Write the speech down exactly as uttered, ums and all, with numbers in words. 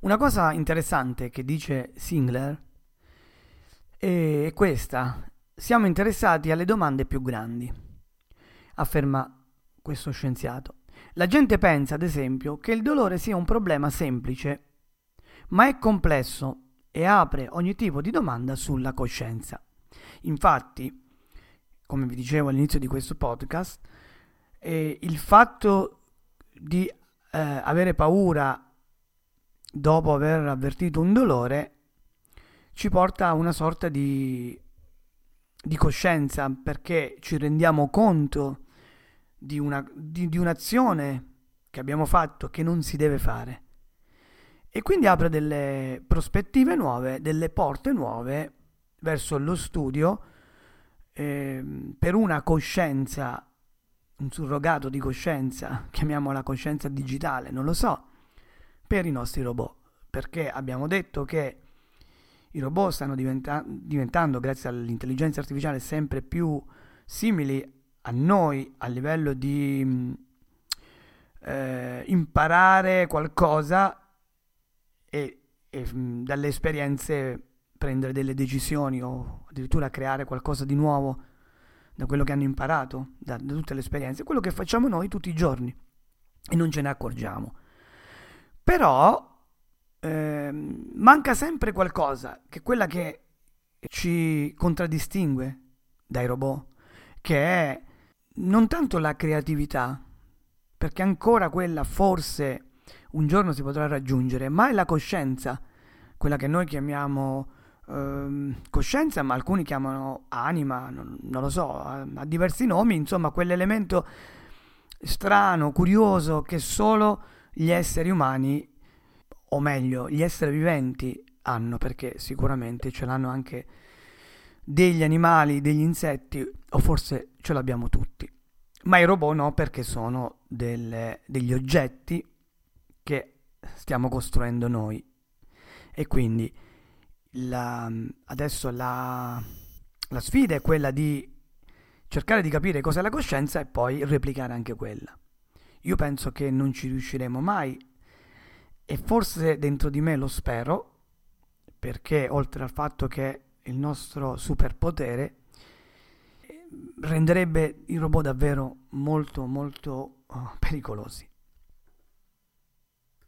Una cosa interessante che dice Singler è questa: siamo interessati alle domande più grandi, afferma questo scienziato. La gente pensa, ad esempio, che il dolore sia un problema semplice, ma è complesso e apre ogni tipo di domanda sulla coscienza. Infatti, come vi dicevo all'inizio di questo podcast, eh, il fatto di eh, avere paura dopo aver avvertito un dolore ci porta a una sorta di, di coscienza, perché ci rendiamo conto di, una, di, di un'azione che abbiamo fatto che non si deve fare, e quindi apre delle prospettive nuove, delle porte nuove verso lo studio, eh, per una coscienza, un surrogato di coscienza, chiamiamola coscienza digitale, non lo so, per i nostri robot, perché abbiamo detto che i robot stanno diventa- diventando, grazie all'intelligenza artificiale, sempre più simili a noi a livello di mh, eh, imparare qualcosa e, e mh, dalle esperienze prendere delle decisioni o addirittura creare qualcosa di nuovo da quello che hanno imparato, da, da tutte le esperienze, quello che facciamo noi tutti i giorni e non ce ne accorgiamo. Però ehm, manca sempre qualcosa, che è quella che ci contraddistingue dai robot, che è non tanto la creatività, perché ancora quella forse un giorno si potrà raggiungere, ma è la coscienza, quella che noi chiamiamo ehm, coscienza, ma alcuni chiamano anima, non, non lo so, ha, ha diversi nomi, insomma, quell'elemento strano, curioso che solo gli esseri umani, o meglio, gli esseri viventi hanno, perché sicuramente ce l'hanno anche degli animali, degli insetti, o forse ce l'abbiamo tutti. Ma i robot no, perché sono delle- degli oggetti che stiamo costruendo noi. E quindi la- adesso la, la sfida è quella di cercare di capire cos'è la coscienza e poi replicare anche quella. Io penso che non ci riusciremo mai, e forse dentro di me lo spero, perché oltre al fatto che il nostro superpotere renderebbe i robot davvero molto molto oh, pericolosi.